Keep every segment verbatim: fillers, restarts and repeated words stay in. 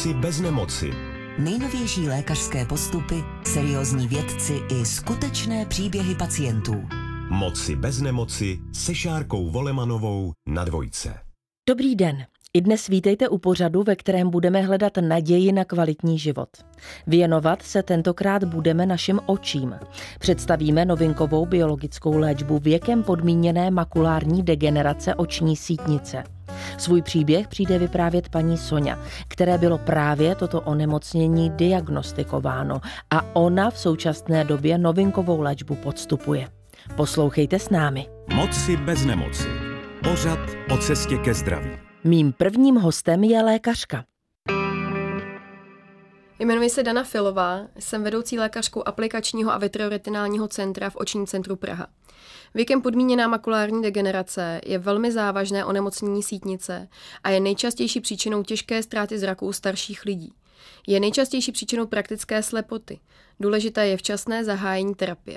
Moci bez nemoci. Nejnovější lékařské postupy, seriózní vědci i skutečné příběhy pacientů. Moci bez nemoci se Šárkou Volemanovou na Dvojce. Dobrý den. I dnes vítejte u pořadu, ve kterém budeme hledat naději na kvalitní život. Věnovat se tentokrát budeme našim očím. Představíme novinkovou biologickou léčbu věkem podmíněné makulární degenerace oční sítnice. Svůj příběh přijde vyprávět paní Soňa, které bylo právě toto onemocnění diagnostikováno a ona v současné době novinkovou léčbu podstupuje. Poslouchejte s námi. Moci bez nemoci. Pořad o cestě ke zdraví. Mým prvním hostem je lékařka. Jmenuji se Dana Filová, jsem vedoucí lékařkou aplikačního a vitroretinálního centra v Očním centru Praha. Věkem podmíněná makulární degenerace je velmi závažné onemocnění sítnice a je nejčastější příčinou těžké ztráty zraku u starších lidí. Je nejčastější příčinou praktické slepoty. Důležité je včasné zahájení terapie.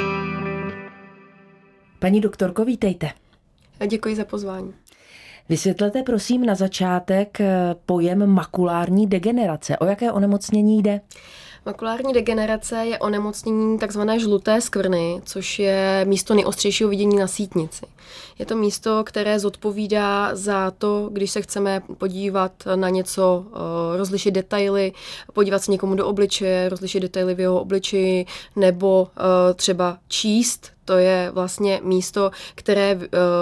Paní doktorko, vítejte. Děkuji za pozvání. Vysvětlete prosím na začátek pojem makulární degenerace. O jaké onemocnění jde? Makulární degenerace je onemocnění tzv. Žluté skvrny, což je místo nejostřejšího vidění na sítnici. Je to místo, které zodpovídá za to, když se chceme podívat na něco, rozlišit detaily, podívat se někomu do obličeje, rozlišit detaily v jeho obličeji, nebo třeba číst. To je vlastně místo, které uh,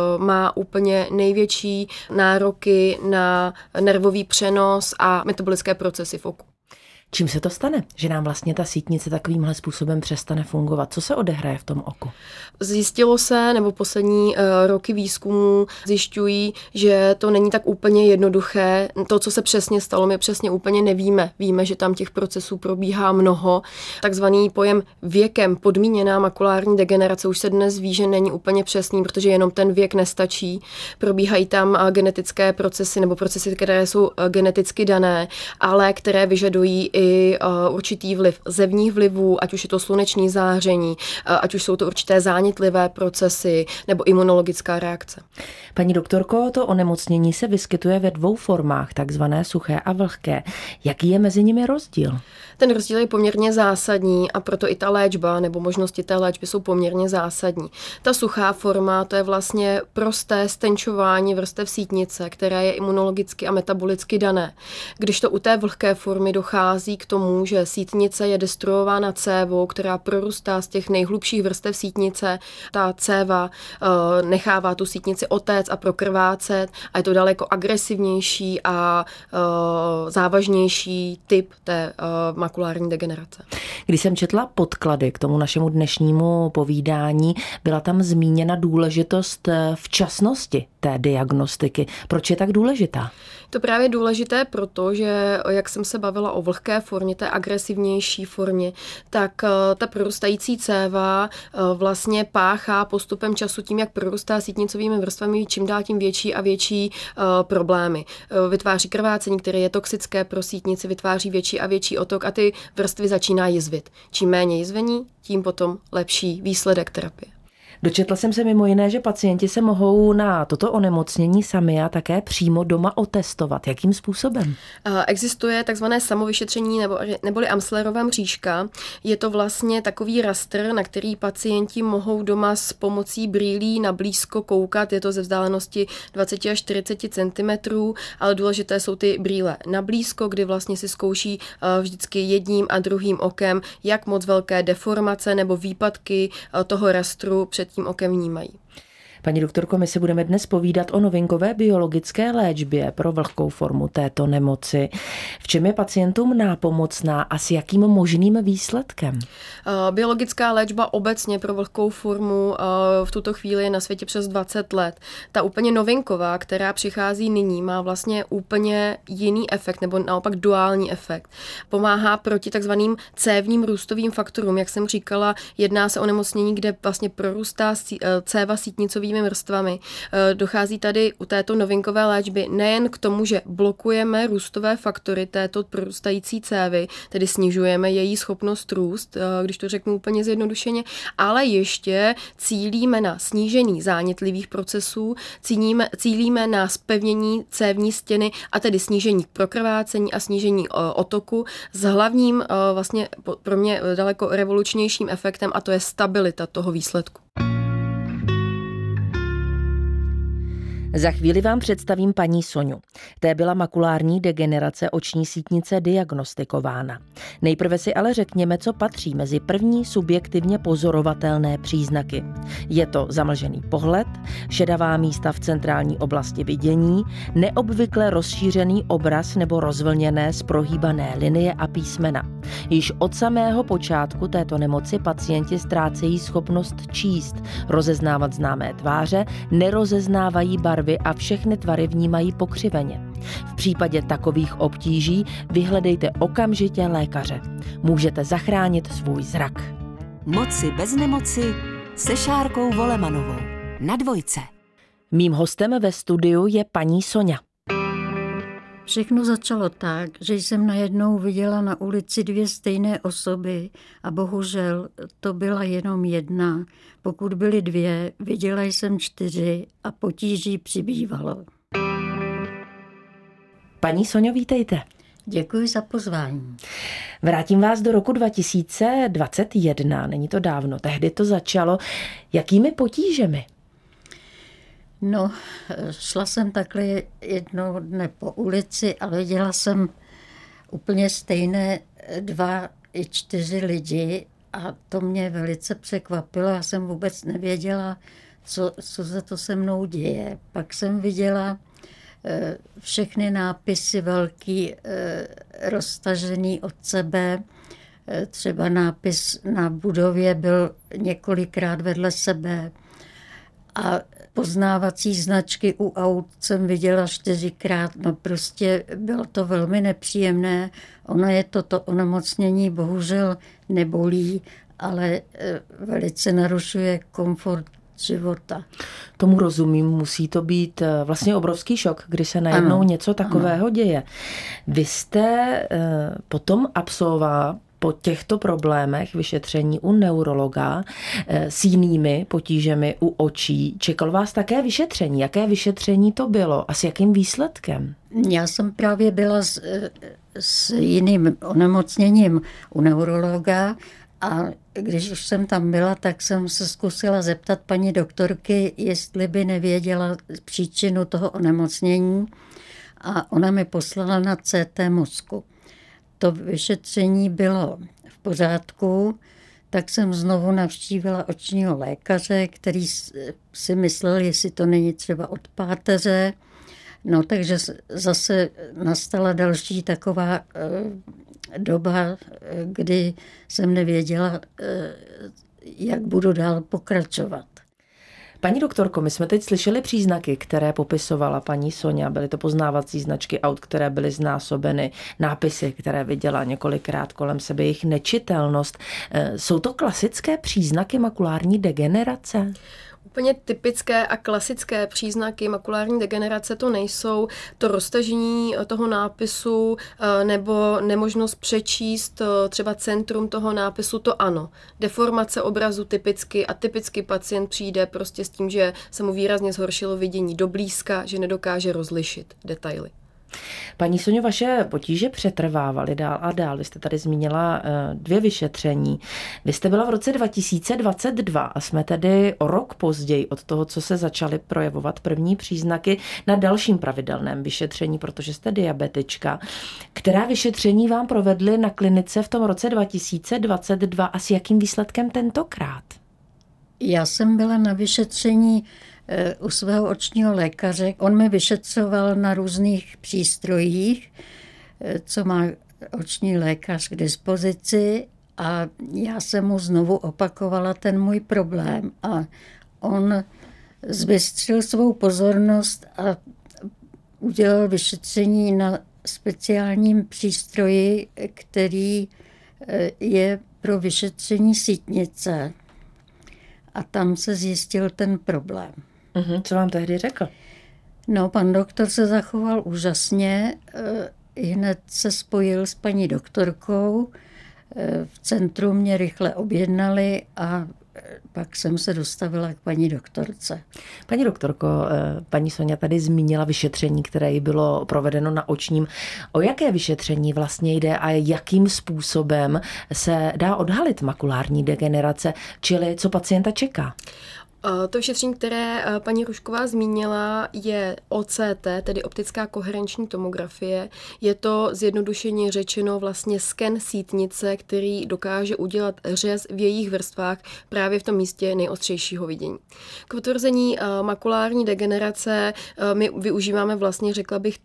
má úplně největší nároky na nervový přenos a metabolické procesy v oku. Čím se to stane, že nám vlastně ta sítnice takovýmhle způsobem přestane fungovat? Co se odehraje v tom oku? Zjistilo se, nebo poslední uh, roky výzkumů zjišťují, že to není tak úplně jednoduché. To, co se přesně stalo, my přesně úplně nevíme. Víme, že tam těch procesů probíhá mnoho. Takzvaný pojem věkem podmíněná makulární degenerace už se dnes ví, že není úplně přesný, protože jenom ten věk nestačí. Probíhají tam uh, genetické procesy nebo procesy, které jsou uh, geneticky dané, ale které vyžadují i i určitý vliv zevních vlivů, ať už je to sluneční záření, ať už jsou to určité zánětlivé procesy nebo imunologická reakce. Paní doktorko, to onemocnění se vyskytuje ve dvou formách, takzvané suché a vlhké. Jaký je mezi nimi rozdíl? Ten rozdíl je poměrně zásadní a proto i ta léčba nebo možnosti té léčby jsou poměrně zásadní. Ta suchá forma, to je vlastně prosté stenčování vrstev sítnice, které je imunologicky a metabolicky dané. Když to u té vlhké formy dochází k tomu, že sítnice je destruována cévou, která prorůstá z těch nejhlubších vrstev sítnice. Ta céva uh, nechává tu sítnici otéct a prokrvácet a je to daleko agresivnější a uh, závažnější typ té uh, makulární degenerace. Když jsem četla podklady k tomu našemu dnešnímu povídání, byla tam zmíněna důležitost včasnosti té diagnostiky. Proč je tak důležitá? To právě důležité proto, že jak jsem se bavila o vlhké formě, té agresivnější formě, tak ta prorůstající céva vlastně páchá postupem času tím, jak prorůstá sítnicovými vrstvami, čím dál tím větší a větší problémy. Vytváří krvácení, které je toxické pro sítnici, vytváří větší a větší otok a ty vrstvy začíná jizvit. Čím méně jizvení, tím potom lepší výsledek terapie. Dočetla jsem se mimo jiné, že pacienti se mohou na toto onemocnění sami a také přímo doma otestovat. Jakým způsobem? Existuje takzvané samovyšetření nebo, neboli Amslerova mřížka. Je to vlastně takový rastr, na který pacienti mohou doma s pomocí brýlí nablízko koukat. Je to ze vzdálenosti dvacet až čtyřicet centimetrů, ale důležité jsou ty brýle nablízko, kdy vlastně si zkouší vždycky jedním a druhým okem, jak moc velké deformace nebo výpadky toho rastru před tím okem vnímají. Paní doktorko, my si budeme dnes povídat o novinkové biologické léčbě pro vlhkou formu této nemoci. V čem je pacientům nápomocná a s jakým možným výsledkem? Biologická léčba obecně pro vlhkou formu v tuto chvíli je na světě přes dvacet let. Ta úplně novinková, která přichází nyní, má vlastně úplně jiný efekt nebo naopak duální efekt. Pomáhá proti takzvaným cévním růstovým faktorům. Jak jsem říkala, jedná se o onemocnění, kde vlastně prorůstá céva sítnicovými svalovými vrstvami. Dochází tady u této novinkové léčby nejen k tomu, že blokujeme růstové faktory této prorůstající cévy, tedy snižujeme její schopnost růst, když to řeknu úplně zjednodušeně, ale ještě cílíme na snížení zánětlivých procesů, cílíme, cílíme na zpevnění cévní stěny a tedy snížení prokrvácení a snížení otoku s hlavním vlastně pro mě daleko revolučnějším efektem, a to je stabilita toho výsledku. Za chvíli vám představím paní Soňu. Té byla makulární degenerace oční sítnice diagnostikována. Nejprve si ale řekněme, co patří mezi první subjektivně pozorovatelné příznaky. Je to zamlžený pohled, šedavá místa v centrální oblasti vidění, neobvykle rozšířený obraz nebo rozvlněné zprohýbané linie a písmena. Již od samého počátku této nemoci pacienti ztrácejí schopnost číst, rozeznávat známé tváře, nerozeznávají barvy a všechny tvary vnímají pokřiveně. V případě takových obtíží vyhledejte okamžitě lékaře. Můžete zachránit svůj zrak. Moci bez nemoci se Šárkou Volemanovou na Dvojce. Mým hostem ve studiu je paní Soňa. Všechno začalo tak, že jsem najednou viděla na ulici dvě stejné osoby a bohužel to byla jenom jedna. Pokud byly dvě, viděla jsem čtyři a potíží přibývalo. Paní Soňo, vítejte. Děkuji za pozvání. Vrátím vás do roku dva tisíce dvacet jedna, není to dávno, tehdy to začalo. Jakými potížemi? No, šla jsem takhle jednoho dne po ulici a viděla jsem úplně stejné dva i čtyři lidi a to mě velice překvapilo. Já jsem vůbec nevěděla, co, co se to se mnou děje. Pak jsem viděla eh, všechny nápisy velký, eh, roztažený od sebe. Eh, třeba nápis na budově byl několikrát vedle sebe a poznávací značky u aut jsem viděla čtyřikrát, no prostě bylo to velmi nepříjemné. Ono je toto onemocnění, bohužel nebolí, ale velice narušuje komfort života. Tomu rozumím, musí to být vlastně obrovský šok, když se najednou ano, něco takového ano. děje. Vy jste potom absolvovala po těchto problémech vyšetření u neurologa s jinými potížemi u očí. Čekalo vás také vyšetření. Jaké vyšetření to bylo a s jakým výsledkem? Já jsem právě byla s, s jiným onemocněním u neurologa a když už jsem tam byla, tak jsem se zkusila zeptat paní doktorky, jestli by nevěděla příčinu toho onemocnění a ona mi poslala na C T mozku. To vyšetření bylo v pořádku, tak jsem znovu navštívila očního lékaře, který si myslel, jestli to není třeba od páteře. No takže zase nastala další taková doba, kdy jsem nevěděla, jak budu dál pokračovat. Paní doktorko, my jsme teď slyšeli příznaky, které popisovala paní Soňa. Byly to poznávací značky aut, které byly znásobeny, nápisy, které viděla několikrát kolem sebe, jejich nečitelnost. Jsou to klasické příznaky makulární degenerace? Úplně typické a klasické příznaky makulární degenerace to nejsou. To roztažení toho nápisu nebo nemožnost přečíst třeba centrum toho nápisu, to ano. Deformace obrazu typicky a typicky pacient přijde prostě s tím, že se mu výrazně zhoršilo vidění do blízka, že nedokáže rozlišit detaily. Paní Soňo, vaše potíže přetrvávaly dál a dál. Vy jste tady zmínila dvě vyšetření. Vy jste byla v roce dva tisíce dvacet dva a jsme tedy o rok později od toho, co se začaly projevovat první příznaky na dalším pravidelném vyšetření, protože jste diabetička. Která vyšetření vám provedly na klinice v tom roce dva tisíce dvacet dva a s jakým výsledkem tentokrát? Já jsem byla na vyšetření u svého očního lékaře. On mi vyšetřoval na různých přístrojích, co má oční lékař k dispozici a já jsem mu znovu opakovala ten můj problém a on zbystřil svou pozornost a udělal vyšetření na speciálním přístroji, který je pro vyšetření sítnice. A tam se zjistil ten problém. Uhum, co vám tehdy řekl? No, pan doktor se zachoval úžasně. Hned se spojil s paní doktorkou. V centru mě rychle objednali a pak jsem se dostavila k paní doktorce. Paní doktorko, paní Soňa tady zmínila vyšetření, které jí bylo provedeno na očním. O jaké vyšetření vlastně jde a jakým způsobem se dá odhalit makulární degenerace, čili co pacienta čeká? To vyšetření, které paní Rušková zmínila, je O C T, tedy optická koherenční tomografie. Je to zjednodušeně řečeno vlastně sken sítnice, který dokáže udělat řez v jejich vrstvách právě v tom místě nejostřejšího vidění. K potvrzení makulární degenerace my využíváme vlastně, řekla bych,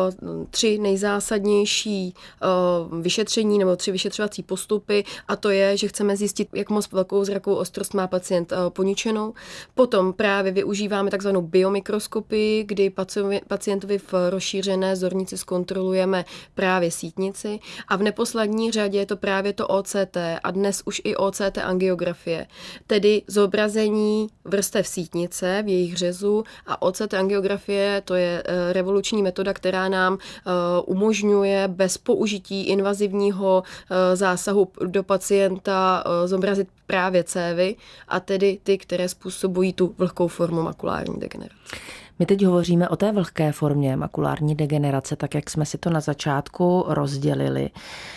tři nejzásadnější vyšetření nebo tři vyšetřovací postupy, a to je, že chceme zjistit, jak moc velkou zrakovou ostrost má pacient poničenou. Potom právě využíváme takzvanou biomikroskopii, kdy pacientovi v rozšířené zornici zkontrolujeme právě sítnici, a v neposlední řadě je to právě to O C T a dnes už i O C T angiografie, tedy zobrazení vrstev sítnice v jejich řezu, a O C T angiografie to je revoluční metoda, která nám umožňuje bez použití invazivního zásahu do pacienta zobrazit právě cévy, a tedy ty, které způsobují tu vlhkou formu makulární degenerace. My teď hovoříme o té vlhké formě makulární degenerace, tak jak jsme si to na začátku rozdělili.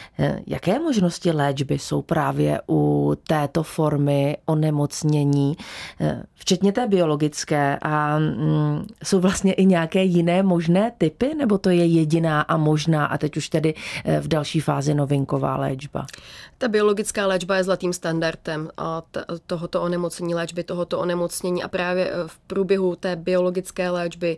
Jaké možnosti léčby jsou právě u této formy onemocnění, včetně té biologické, a mm, jsou vlastně i nějaké jiné možné typy, nebo to je jediná a možná a teď už tedy v další fázi novinková léčba? Ta biologická léčba je zlatým standardem tohoto onemocnění, léčby tohoto onemocnění, a právě v průběhu té biologické léčby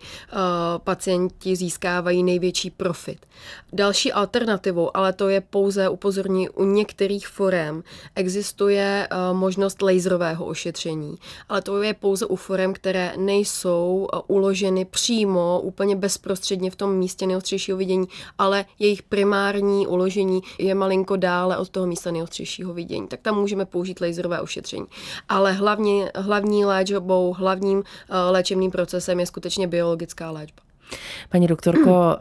pacienti získávají největší profit. Další alternativou, ale to je pouze upozorní, u některých forem existuje možnost laserového ošetření, ale to je pouze u forem, které nejsou uloženy přímo, úplně bezprostředně v tom místě nejostřejšího vidění, ale jejich primární uložení je malinko dále od toho místa nejostřejšího vidění. Tak tam můžeme použít laserové ošetření. Ale hlavně, hlavní léčbou, hlavním léčebným procesem je skutečně biologická léčba. Paní doktorko,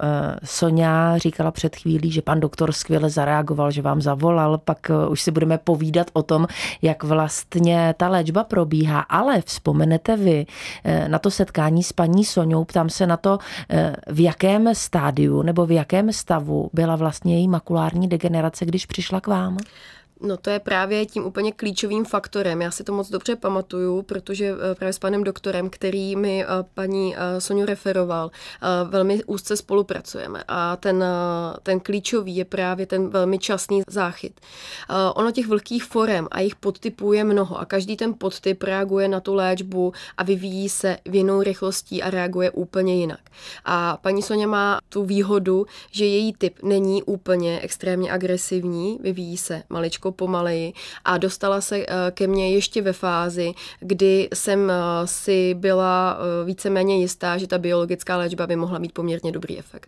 Soňa říkala před chvílí, že pan doktor skvěle zareagoval, že vám zavolal, pak už si budeme povídat o tom, jak vlastně ta léčba probíhá, ale vzpomenete vy na to setkání s paní Soňou, ptám se na to, v jakém stádiu nebo v jakém stavu byla vlastně její makulární degenerace, když přišla k vám? No to je právě tím úplně klíčovým faktorem. Já si to moc dobře pamatuju, protože právě s panem doktorem, který mi paní Soňu referoval, velmi úzce spolupracujeme. A ten, ten klíčový je právě ten velmi časný záchyt. Ono těch vlhkých forem a jejich podtypů je mnoho a každý ten podtyp reaguje na tu léčbu a vyvíjí se v jinou rychlostí a reaguje úplně jinak. A paní Soňa má tu výhodu, že její typ není úplně extrémně agresivní, vyvíjí se maličko pomaleji, a dostala se ke mně ještě ve fázi, kdy jsem si byla víceméně jistá, že ta biologická léčba by mohla mít poměrně dobrý efekt.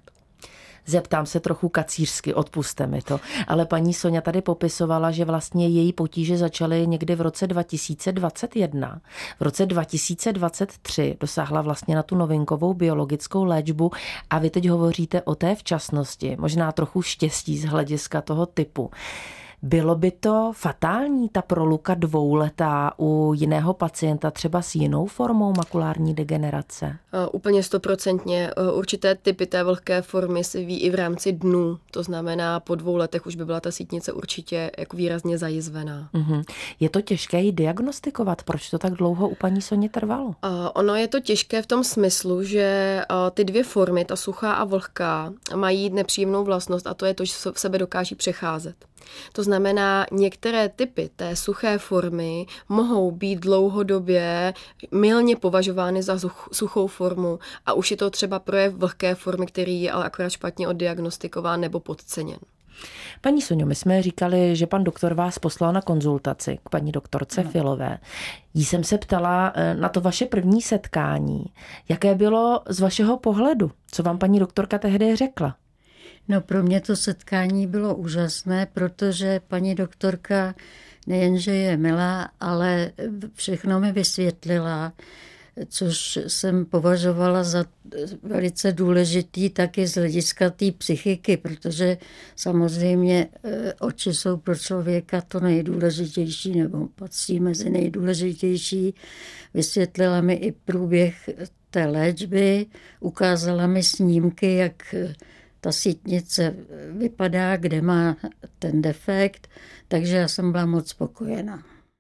Zeptám se trochu kacířsky, odpuste mi to, ale paní Soňa tady popisovala, že vlastně její potíže začaly někdy v roce dva tisíce dvacet jedna. V roce dva tisíce dvacet tři dosáhla vlastně na tu novinkovou biologickou léčbu a vy teď hovoříte o té včasnosti, možná trochu štěstí z hlediska toho typu. Bylo by to fatální, ta proluka dvouletá u jiného pacienta, třeba s jinou formou makulární degenerace? Uh, úplně stoprocentně. Uh, určité typy té vlhké formy se ví i v rámci dnů. To znamená, po dvou letech už by byla ta sítnice určitě jako výrazně zajizvená. Uh-huh. Je to těžké ji diagnostikovat? Proč to tak dlouho u paní Soni trvalo? Uh, ono je to těžké v tom smyslu, že uh, ty dvě formy, ta suchá a vlhká, mají nepříjemnou vlastnost, a to je to, že v sebe dokáží přecházet. To znamená, některé typy té suché formy mohou být dlouhodobě mylně považovány za suchou formu a už je to třeba projev vlhké formy, který je ale akorát špatně oddiagnostikován nebo podceněn. Paní Soňo, my jsme říkali, že pan doktor vás poslal na konzultaci k paní doktorce no. Filové. Jí jsem se ptala na to vaše první setkání. Jaké bylo z vašeho pohledu? Co vám paní doktorka tehdy řekla? No pro mě to setkání bylo úžasné, protože paní doktorka nejenže je milá, ale všechno mi vysvětlila. což jsem považovala za velice důležitý taky z hlediska té psychiky, protože samozřejmě oči jsou pro člověka to nejdůležitější, nebo patří mezi nejdůležitější. Vysvětlila mi i průběh té léčby, ukázala mi snímky, jak ta sítnice vypadá, kde má ten defekt, takže já jsem byla moc spokojená.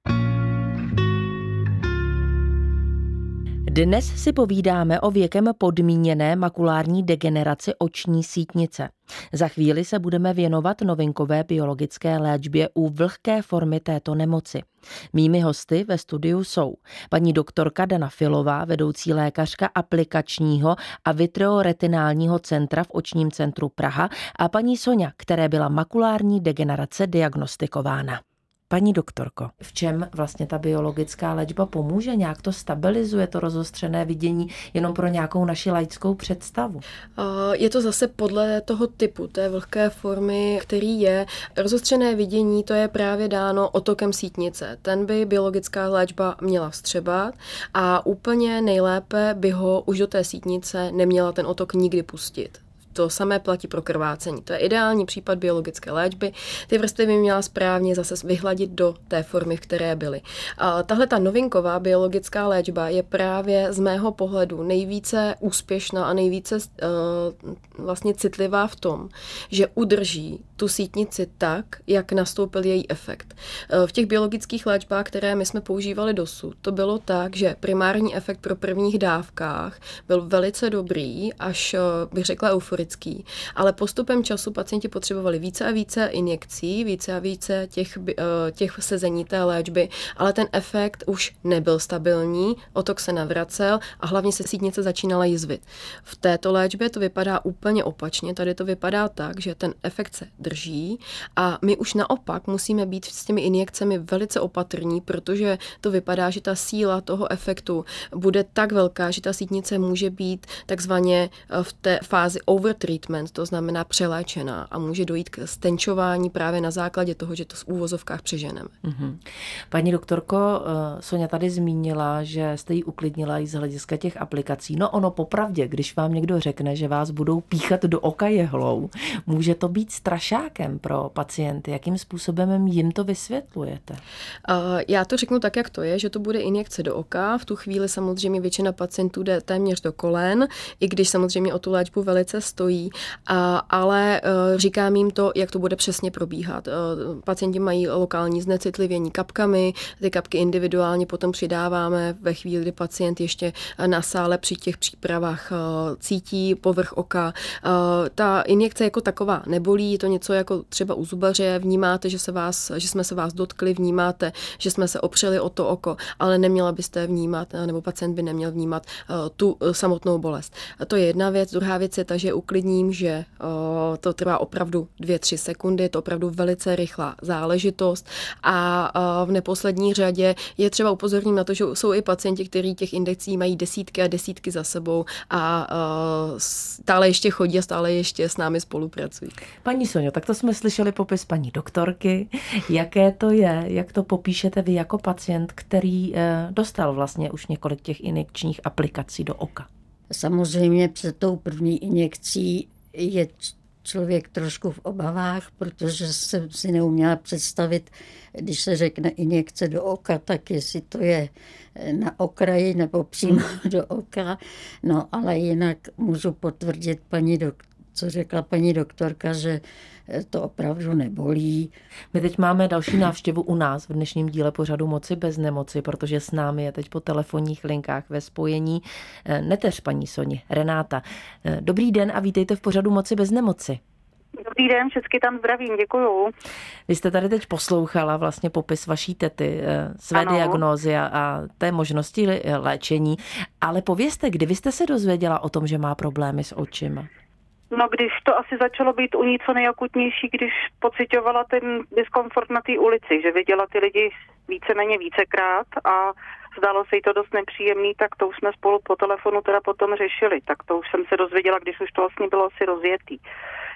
Dnes si povídáme o věkem podmíněné makulární degeneraci oční sítnice. Za chvíli se budeme věnovat novinkové biologické léčbě u vlhké formy této nemoci. Mými hosty ve studiu jsou paní doktorka Dana Filová, vedoucí lékařka aplikačního a vitreoretinálního centra v Očním centru Praha, a paní Soňa, které byla makulární degenerace diagnostikována. Paní doktorko, v čem vlastně ta biologická léčba pomůže? Nějak to stabilizuje, to rozostřené vidění, jenom pro nějakou naši laickou představu? Je to zase podle toho typu, té vlhké formy, který je. Rozostřené vidění, to je právě dáno otokem sítnice. Ten by biologická léčba měla vstřebat a úplně nejlépe by ho už do té sítnice neměla ten otok nikdy pustit. To samé platí pro krvácení. To je ideální případ biologické léčby. Ty vrstvy by měla správně zase vyhladit do té formy, v které byly. A tahle ta novinková biologická léčba je právě z mého pohledu nejvíce úspěšná a nejvíce uh, vlastně citlivá v tom, že udrží tu sítnici tak, jak nastoupil její efekt. V těch biologických léčbách, které my jsme používali dosud, to bylo tak, že primární efekt pro prvních dávkách byl velice dobrý, až bych řekla euforický, ale postupem času pacienti potřebovali více a více injekcí, více a více těch, těch sezení té léčby, ale ten efekt už nebyl stabilní, otok se navracel a hlavně se sítnice začínala jizvit. V této léčbě to vypadá úplně opačně, tady to vypadá tak, že ten efekt se drží a my už naopak musíme být s těmi injekcemi velice opatrní, protože to vypadá, že ta síla toho efektu bude tak velká, že ta sítnice může být takzvaně v té fázi overtreatment, to znamená přeléčená a může dojít k stenčování právě na základě toho, že to v úvozovkách přeženeme. Mm-hmm. Paní doktorko, Soňa tady zmínila, že jste jí uklidnila i z hlediska těch aplikací. No ono popravdě, když vám někdo řekne, že vás budou píchat do oka jehlou, může to být strašákem pro pacienty. Jakým způsobem jim to vysvětlujete? Uh, já to řeknu tak, jak to je, že to bude injekce do oka. V tu chvíli samozřejmě většina pacientů jde téměř do kolen, i když samozřejmě o tu léčbu velice stojí, uh, ale uh, říkám jim to, jak to bude přesně probíhat. Uh, pacienti mají lokální znecitlivění kapkami, ty kapky individuálně potom přidáváme ve chvíli, kdy pacient ještě na sále při těch přípravách uh, cítí povrch oka. Uh, ta injekce jako taková nebolí, je to něco jako třeba u zubaře, vnímáte, že, se vás, že jsme se vás dotkli, vnímáte, že jsme se opřeli o to oko, ale neměla byste vnímat, nebo pacient by neměl vnímat uh, tu uh, samotnou bolest. A to je jedna věc. Druhá věc je ta, že uklidním, že uh, to trvá opravdu dvě, tři sekundy, je to opravdu velice rychlá záležitost a uh, v neposlední řadě je třeba upozornit na to, že jsou i pacienti, kteří těch injekcí mají desítky a desítky za sebou a uh, stále ještě chodí a stále ještě s námi spolupracují. Paní Soňo, tak to jsme slyšeli popis paní doktorky. Jaké to je, jak to popíšete vy jako pacient, který dostal vlastně už několik těch injekčních aplikací do oka? Samozřejmě před tou první injekcí je člověk trošku v obavách, protože jsem si neuměla představit, když se řekne injekce do oka, tak jestli to je na okraji nebo přímo do oka. No ale jinak můžu potvrdit paní doktorku, co řekla paní doktorka, že to opravdu nebolí. My teď máme další návštěvu u nás v dnešním díle pořadu Moci bez nemoci, protože s námi je teď po telefonních linkách ve spojení neteř paní Soni, Renáta. Dobrý den a vítejte v pořadu Moci bez nemoci. Dobrý den, všechny tam zdravím, děkuju. Vy jste tady teď poslouchala vlastně popis vaší tety, své ano. diagnózy a, a té možnosti léčení, ale povězte, kdy vy jste se dozvěděla o tom, že má problémy s očima? No, když to asi začalo být u ní co nejakutnější, když pocitovala ten diskomfort na té ulici, že viděla ty lidi víceméně vícekrát a zdálo se jí to dost nepříjemný, tak to už jsme spolu po telefonu teda potom řešili. Tak to už jsem se dozvěděla, když už to vlastně bylo asi rozjetý.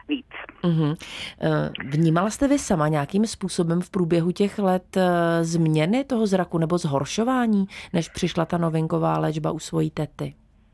víc. Uhum. Vnímala jste vy sama nějakým způsobem v průběhu těch let změny toho zraku nebo zhoršování, než přišla ta novinková léčba u svojí tety?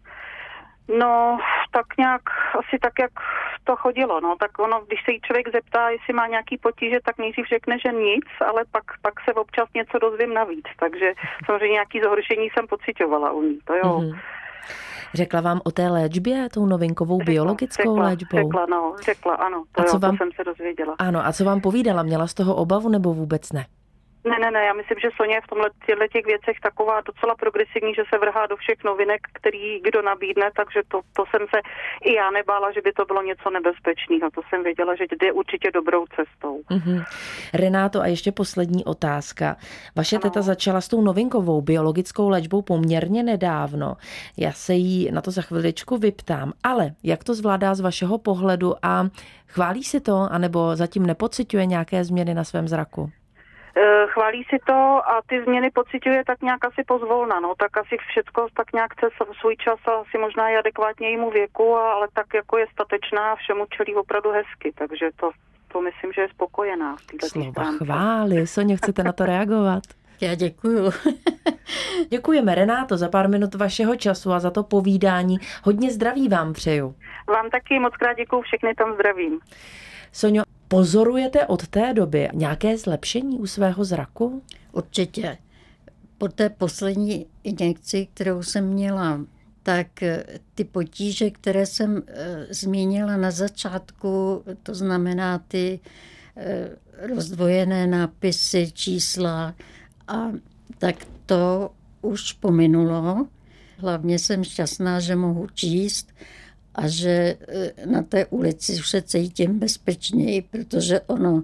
No, tak nějak, asi tak, jak to chodilo, no, tak ono, když se jí člověk zeptá, jestli má nějaký potíže, tak nejdřív řekne, že nic, ale pak, pak se občas něco dozvím navíc, takže samozřejmě nějaký zhoršení jsem pociťovala u ní, to jo. Mm-hmm. Řekla vám o té léčbě, tou novinkovou řekla, biologickou řekla, léčbou? Řekla, no, řekla, ano, to, jo, vám, to jsem se dozvěděla. Ano, a co vám povídala? Měla z toho obavu nebo vůbec ne? Ne, ne, ne, já myslím, že Soně je v tomhle těch věcech taková docela progresivní, že se vrhá do všech novinek, který kdo nabídne, takže to, to jsem se i já nebála, že by to bylo něco nebezpečného. To jsem věděla, že jde určitě dobrou cestou. Mm-hmm. Renáto, a ještě poslední otázka. Vaše ano. teta začala s tou novinkovou biologickou léčbou poměrně nedávno. Já se jí na to za chviličku vyptám, ale jak to zvládá z vašeho pohledu a chválí si to, anebo zatím nepociťuje nějaké změny na svém zraku? Chválí si to a ty změny pociťuje tak nějak asi pozvolna, no, tak asi všecko tak nějak chce svůj čas a asi možná i adekvátně jejímu věku, ale tak jako je statečná a všemu čelí opravdu hezky, takže to, to myslím, že je spokojená. Slova chvály, Soně, chcete na to reagovat? Já děkuju. Děkujeme, Renáto, za pár minut vašeho času a za to povídání. Hodně zdraví vám přeju. Vám taky moc krát děkuju, všechny tam zdravím. Soňo, pozorujete od té doby nějaké zlepšení u svého zraku? Určitě. Po té poslední injekci, kterou jsem měla, tak ty potíže, které jsem e, zmínila na začátku, to znamená ty e, rozdvojené nápisy, čísla, a tak to už pominulo. Hlavně jsem šťastná, že mohu číst a že na té ulici už se cítím bezpečněji, protože ono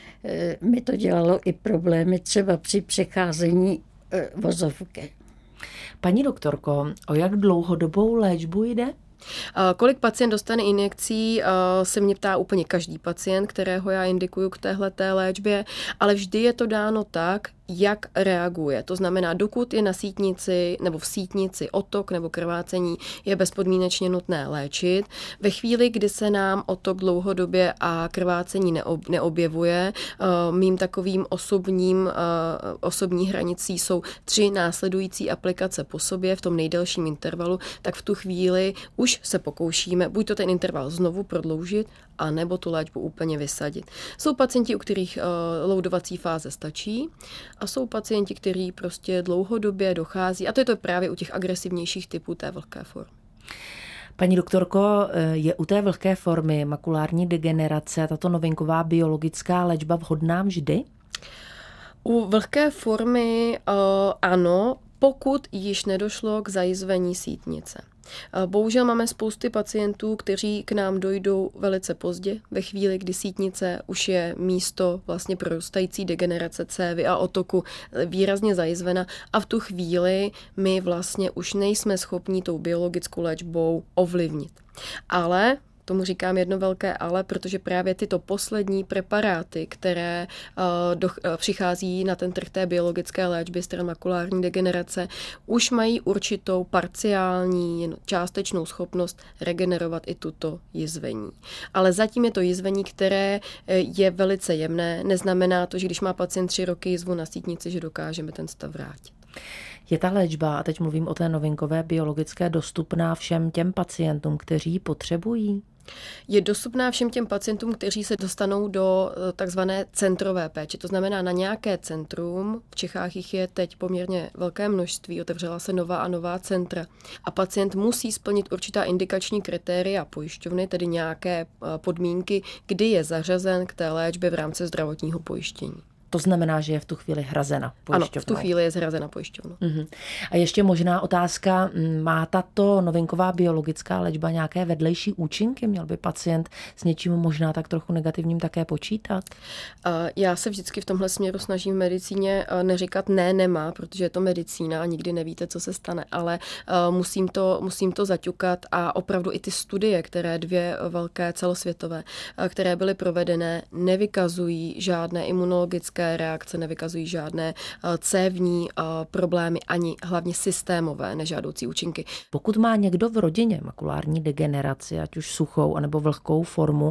mi to dělalo i problémy třeba při přecházení vozovky. Paní doktorko, o jak dlouhodobou léčbu jde? Kolik pacient dostane injekcí, se mě ptá úplně každý pacient, kterého já indikuju k téhleté léčbě, ale vždy je to dáno tak, jak reaguje. To znamená, dokud je na sítnici nebo v sítnici otok nebo krvácení, je bezpodmínečně nutné léčit. Ve chvíli, kdy se nám otok dlouhodobě a krvácení neobjevuje, mým takovým osobním, osobní hranicí jsou tři následující aplikace po sobě v tom nejdelším intervalu, tak v tu chvíli už se pokoušíme buď to ten interval znovu prodloužit, a nebo tu léčbu úplně vysadit. Jsou pacienti, u kterých uh, loudovací fáze stačí, a jsou pacienti, kteří prostě dlouhodobě dochází, a to je to právě u těch agresivnějších typů té vlhké formy. Paní doktorko, je u té vlhké formy makulární degenerace tato novinková biologická léčba vhodná vždy? U vlhké formy uh, ano, pokud již nedošlo k zajizvení sítnice. Bohužel máme spousty pacientů, kteří k nám dojdou velice pozdě, ve chvíli, kdy sítnice už je místo vlastně prorůstající degenerace cévy a otoku výrazně zajizvena, a v tu chvíli my vlastně už nejsme schopni tou biologickou léčbou ovlivnit. Ale tomu říkám jedno velké ale, protože právě tyto poslední preparáty, které uh, do, uh, přichází na ten trh té biologické léčby stran makulární degenerace, už mají určitou parciální, částečnou schopnost regenerovat i tuto jizvení. Ale zatím je to jizvení, které je velice jemné. Neznamená to, že když má pacient tři roky jizvu na sítnici, že dokážeme ten stav vrátit. Je ta léčba, a teď mluvím o té novinkové biologické, dostupná všem těm pacientům, kteří ji potřebují? Je dostupná všem těm pacientům, kteří se dostanou do takzvané centrové péče. To znamená na nějaké centrum, v Čechách jich je teď poměrně velké množství, otevřela se nová a nová centra. A pacient musí splnit určitá indikační kritéria pojišťovny, tedy nějaké podmínky, kdy je zařazen k té léčbě v rámci zdravotního pojištění. To znamená, že je v tu chvíli hrazena pojišťovnou. Ano, v tu chvíli je zhrazena pojišťovnou. Uh-huh. A ještě možná otázka, má tato novinková biologická léčba nějaké vedlejší účinky? Měl by pacient s něčím možná tak trochu negativním také počítat? Já se vždycky v tomhle směru snažím v medicíně neříkat ne, nemá, protože je to medicína a nikdy nevíte, co se stane, ale musím to, musím to zaťukat, a opravdu i ty studie, které dvě velké celosvětové, které byly provedené, nevykazují žádné imunologické alergické reakce, nevykazují žádné cévní problémy ani hlavně systémové nežádoucí účinky. Pokud má někdo v rodině makulární degeneraci, ať už suchou anebo vlhkou formu,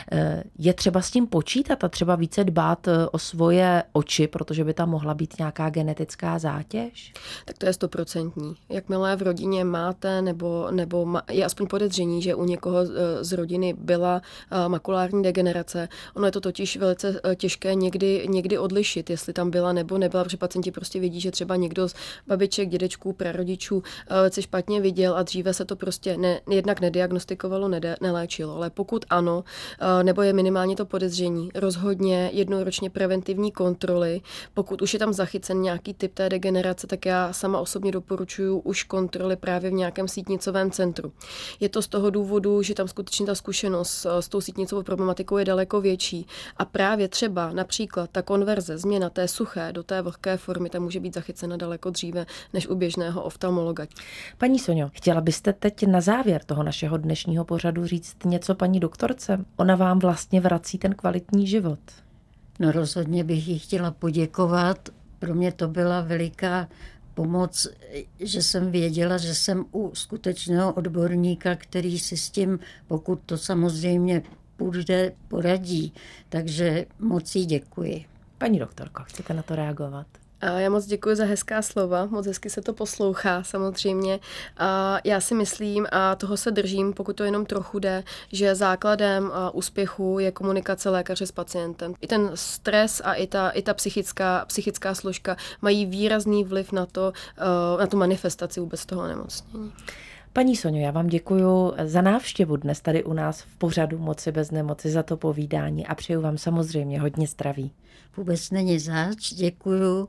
je třeba s tím počítat a třeba více dbát o svoje oči, protože by tam mohla být nějaká genetická zátěž? Tak to je stoprocentní. Jakmile v rodině máte nebo, nebo je aspoň podezření, že u někoho z rodiny byla makulární degenerace, ono je to totiž velice těžké někdy, někdy odlišit, jestli tam byla nebo nebyla, protože pacienti prostě vědí, že třeba někdo z babiček, dědečků, prarodičů se špatně viděl a dříve se to prostě ne, jednak nediagnostikovalo, nede, neléčilo. Ale pokud ano, nebo je minimálně to podezření, rozhodně jednou ročně preventivní kontroly. Pokud už je tam zachycen nějaký typ té degenerace, tak já sama osobně doporučuji už kontroly právě v nějakém sítnicovém centru. Je to z toho důvodu, že tam skutečně ta zkušenost s tou sítnicovou problematikou je daleko větší a právě třeba například ta konverze, změna té suché do té vlhké formy, ta může být zachycena daleko dříve než u běžného oftalmologa. Paní Soňo, chtěla byste teď na závěr toho našeho dnešního pořadu říct něco paní doktorce? Ona vám vlastně vrací ten kvalitní život. No rozhodně bych jí chtěla poděkovat. Pro mě to byla veliká pomoc, že jsem věděla, že jsem u skutečného odborníka, který si s tím, pokud to samozřejmě půjde, poradí. Takže moc jí děkuji. Paní doktorko, chcete na to reagovat? Já moc děkuji za hezká slova, moc hezky se to poslouchá samozřejmě. A já si myslím, a toho se držím, pokud to jenom trochu jde, že základem úspěchu je komunikace lékaře s pacientem. I ten stres a i ta, i ta psychická, psychická složka mají výrazný vliv na to, na tu manifestaci vůbec toho onemocnění. Paní Soňo, já vám děkuji za návštěvu dnes tady u nás v pořadu Moci bez nemoci, za to povídání a přeju vám samozřejmě hodně zdraví. Vůbec není zač, děkuju.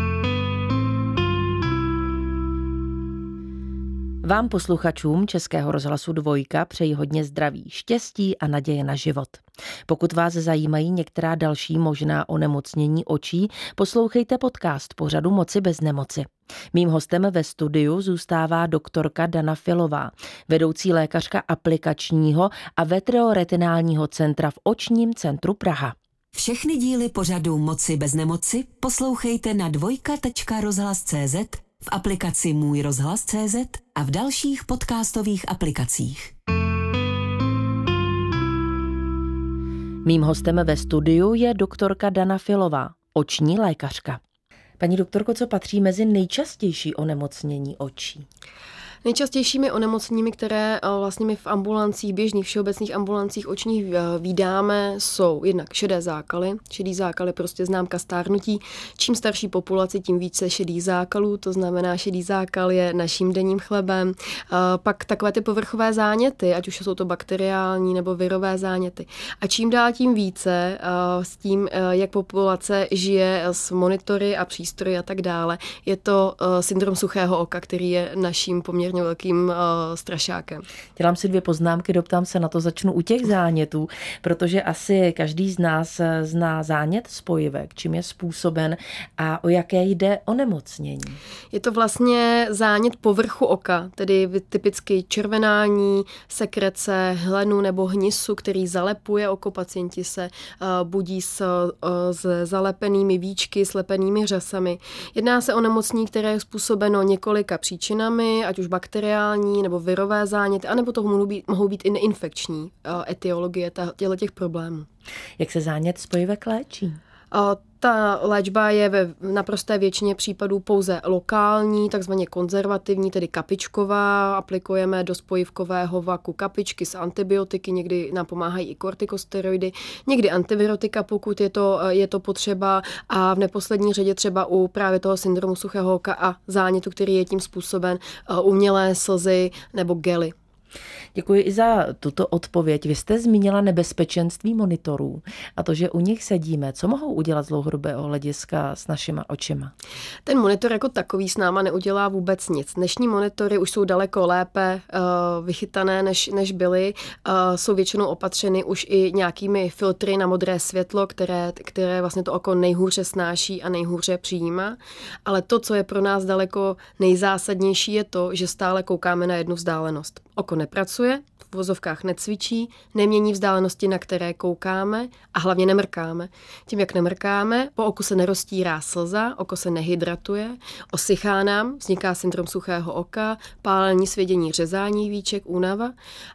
Vám posluchačům Českého rozhlasu Dvojka přeji hodně zdraví, štěstí a naděje na život. Pokud vás zajímají některá další možná onemocnění očí, poslouchejte podcast pořadu Moci bez nemoci. Mým hostem ve studiu zůstává doktorka Dana Filová, vedoucí lékařka aplikačního a veteroretinálního centra v Očním centru Praha. Všechny díly pořadu Moci bez nemoci poslouchejte na dvojka tečka rozhlas tečka cé zet, v aplikaci Můj rozhlas tečka cé zet a v dalších podcastových aplikacích. Mým hostem ve studiu je doktorka Dana Filová, oční lékařka. Paní doktorko, co patří mezi nejčastější onemocnění očí? Nejčastějšími onemocněními, které vlastně my v ambulancích, běžných všeobecných ambulancích očních vídáme, jsou jednak šedé zákaly. Šedý zákal je prostě známka stárnutí. Čím starší populace, tím více šedých zákalů, to znamená, šedý zákal je naším denním chlebem. Pak takové ty povrchové záněty, ať už jsou to bakteriální nebo virové záněty. A čím dál tím více s tím, jak populace žije s monitory a přístroji a tak dále, je to syndrom suchého oka, který je naším poměrně velkým uh, strašákem. Dělám si dvě poznámky, doptám se na to, začnu u těch zánětů, protože asi každý z nás zná zánět spojivek, čím je způsoben a o jaké jde onemocnění. Je to vlastně zánět povrchu oka, tedy typicky červenání, sekrece, hlenu nebo hnisu, který zalepuje oko. Pacienti se uh, budí s, uh, s zalepenými víčky, slepenými řasami. Jedná se o onemocnění, které je způsobeno několika příčinami, ať už bakteriální nebo virové záněty, anebo to mohou být, mohou být i neinfekční uh, etiologie těchto těch problémů. Jak se zánět spojivek léčí? Uh, Ta léčba je ve naprosté většině případů pouze lokální, takzvaně konzervativní, tedy kapičková. Aplikujeme do spojivkového vaku kapičky s antibiotiky, někdy nám pomáhají i kortikosteroidy, někdy antivirotika, pokud je to, je to potřeba, a v neposlední řadě třeba u právě toho syndromu suchého oka a zánětu, který je tím způsoben, umělé slzy nebo gely. Děkuji i za tuto odpověď. Vy jste zmínila nebezpečenství monitorů a to, že u nich sedíme. Co mohou udělat z dlouhodobého hlediska s našima očima? Ten monitor jako takový s náma neudělá vůbec nic. Dnešní monitory už jsou daleko lépe uh, vychytané, než, než byly. Uh, jsou většinou opatřeny už i nějakými filtry na modré světlo, které, které vlastně to oko nejhůře snáší a nejhůře přijímá. Ale to, co je pro nás daleko nejzásadnější, je to, že stále koukáme na jednu vzdálenost. oko nepracuje, v vozovkách necvičí, nemění vzdálenosti, na které koukáme a hlavně nemrkáme. Tím, jak nemrkáme, po oku se neroztírá slza, oko se nehydratuje, osychá nám, vzniká syndrom suchého oka, pálení, svědění, řezání víček, únava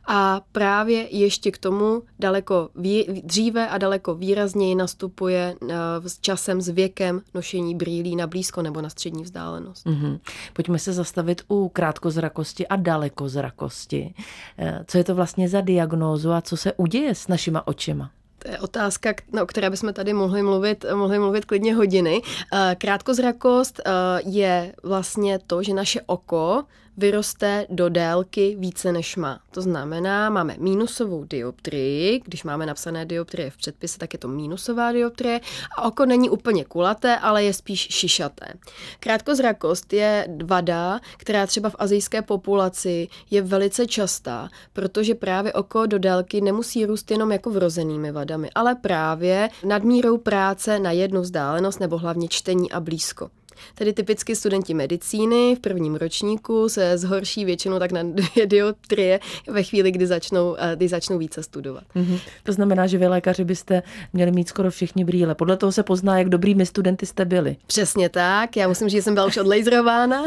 a právě ještě k tomu daleko vý, dříve a daleko výrazněji nastupuje uh, s časem, s věkem nošení brýlí na blízko nebo na střední vzdálenost. Mm-hmm. Pojďme se zastavit u krátkozrakosti a dalekozrakosti. Co je to vlastně za diagnózu a co se uděje s našima očima? To je otázka, o které bychom tady mohli mluvit, mohli mluvit klidně hodiny. Krátkozrakost je vlastně to, že naše oko vyroste do délky více než má. To znamená, máme mínusovou dioptrii, když máme napsané dioptrie v předpise, tak je to mínusová dioptrie a oko není úplně kulaté, ale je spíš šišaté. Krátkozrakost je vada, která třeba v asijské populaci je velice častá, protože právě oko do délky nemusí růst jenom jako vrozenými vadami, ale právě nadmírou práce na jednu vzdálenost nebo hlavně čtení a blízko. Tedy typicky studenti medicíny v prvním ročníku se zhorší většinou tak na dvě dioptrie ve chvíli, kdy začnou, kdy začnou více studovat. Mm-hmm. To znamená, že vy lékaři byste měli mít skoro všichni brýle. Podle toho se pozná, jak dobrými studenty jste byli. Přesně tak. Já musím říct, že jsem byla už odlejzrována,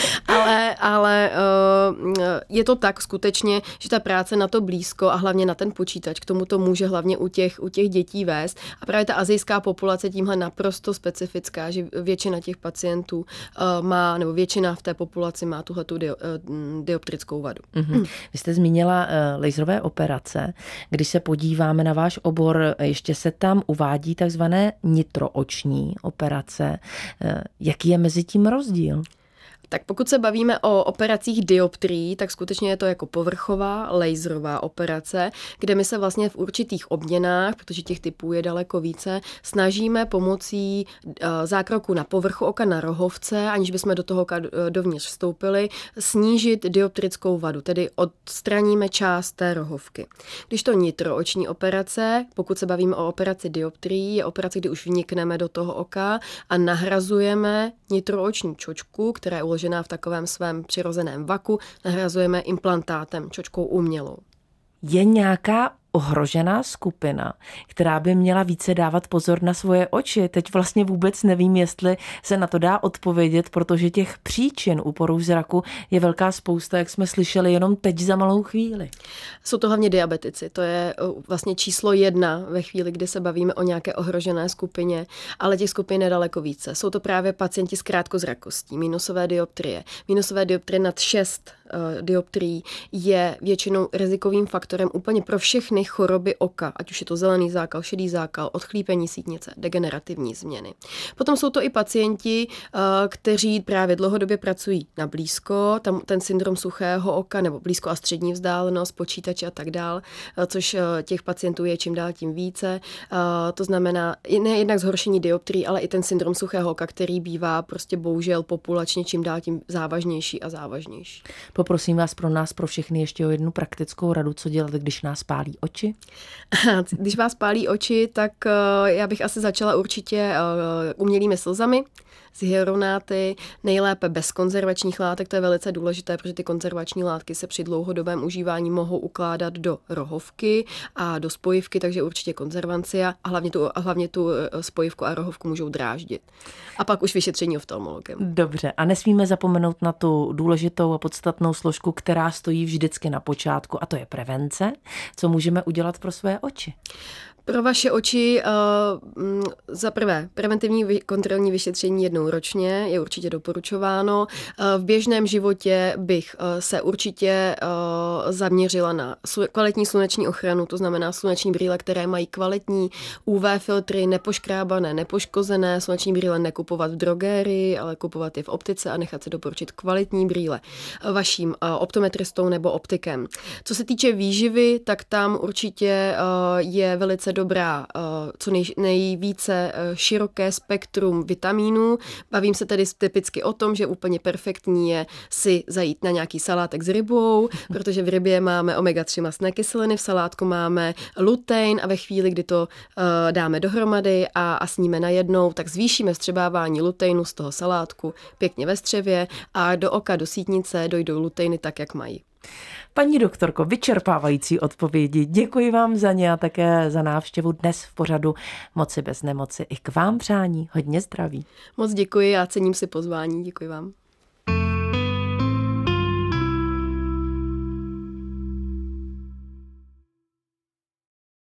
ale, ale uh, je to tak skutečně, že ta práce na to blízko a hlavně na ten počítač, k tomu to může hlavně u těch, u těch dětí vést. A právě ta asijská populace tímhle naprosto specifická, že většina těch pacientů pacientů má, nebo většina v té populaci má tuhletu dioptrickou vadu. Mm-hmm. Vy jste zmínila laserové operace. Když se podíváme na váš obor, ještě se tam uvádí takzvané nitrooční operace. Jaký je mezi tím rozdíl? Tak pokud se bavíme o operacích dioptrií, tak skutečně je to jako povrchová laserová operace, kde my se vlastně v určitých obměnách, protože těch typů je daleko více, snažíme pomocí zákroku na povrchu oka na rohovce, aniž bychom do toho oka dovnitř vstoupili, snížit dioptrickou vadu, tedy odstraníme část té rohovky. Když to nitrooční operace, pokud se bavíme o operaci dioptrií, je operace, kdy už vnikneme do toho oka a nahrazujeme nitrooční čočku, která je uložená v takovém svém přirozeném vaku, nahrazujeme implantátem, čočkou umělou. Je nějaká ohrožená skupina, která by měla více dávat pozor na svoje oči? Teď vlastně vůbec nevím, jestli se na to dá odpovědět, protože těch příčin u poruch zraku je velká spousta, jak jsme slyšeli jenom teď za malou chvíli. Jsou to hlavně diabetici. To je vlastně číslo jedna ve chvíli, kdy se bavíme o nějaké ohrožené skupině, ale těch skupin je daleko více. Jsou to právě pacienti s krátkozrakostí, minusové dioptrie. Minusové dioptrie nad šest uh, dioptrií je většinou rizikovým faktorem úplně pro všechny choroby oka, ať už je to zelený zákal, šedý zákal, odchlípení sítnice, degenerativní změny. Potom jsou to i pacienti, kteří právě dlouhodobě pracují na blízko, tam ten syndrom suchého oka nebo blízko a střední vzdálenost, počítače a tak dál, což těch pacientů je čím dál tím více. To znamená ne jednak zhoršení dioptrií, ale i ten syndrom suchého oka, který bývá prostě bohužel populačně čím dál tím závažnější a závažnější. Poprosím vás pro nás, pro všechny ještě o jednu praktickou radu, co dělat, když nás pálí oči. Když vás pálí oči, tak já bych asi začala určitě umělými slzami, s hyaluronáty, nejlépe bez konzervačních látek, to je velice důležité, protože ty konzervační látky se při dlouhodobém užívání mohou ukládat do rohovky a do spojivky, takže určitě konzervancia a hlavně tu, a hlavně tu spojivku a rohovku můžou dráždit. A pak už vyšetření oftalmologem. Dobře, a nesmíme zapomenout na tu důležitou a podstatnou složku, která stojí vždycky na počátku, a to je prevence. Co můžeme udělat pro své oči? Pro vaše oči uh, za prvé preventivní kontrolní vyšetření jednou ročně je určitě doporučováno. Uh, v běžném životě bych uh, se určitě uh, zaměřila na slu- kvalitní sluneční ochranu, to znamená sluneční brýle, které mají kvalitní U V filtry, nepoškrábané, nepoškozené, sluneční brýle nekupovat v drogérii, ale kupovat je v optice a nechat se doporučit kvalitní brýle uh, vaším uh, optometristou nebo optikem. Co se týče výživy, tak tam určitě uh, je velice dobrá, co nej, nejvíce široké spektrum vitamínů. Bavím se tedy typicky o tom, že úplně perfektní je si zajít na nějaký salátek s rybou, protože v rybě máme omega tři mastné kyseliny, v salátku máme lutein a ve chvíli, kdy to uh, dáme dohromady a, a sníme najednou, tak zvýšíme vstřebávání luteinu z toho salátku pěkně ve střevě a do oka, do sítnice dojdou luteiny tak, jak mají. Paní doktorko, vyčerpávající odpovědi. Děkuji vám za ně a také za návštěvu dnes v pořadu Moci bez nemoci. I k vám přání hodně zdraví. Moc děkuji a cením si pozvání. Děkuji vám.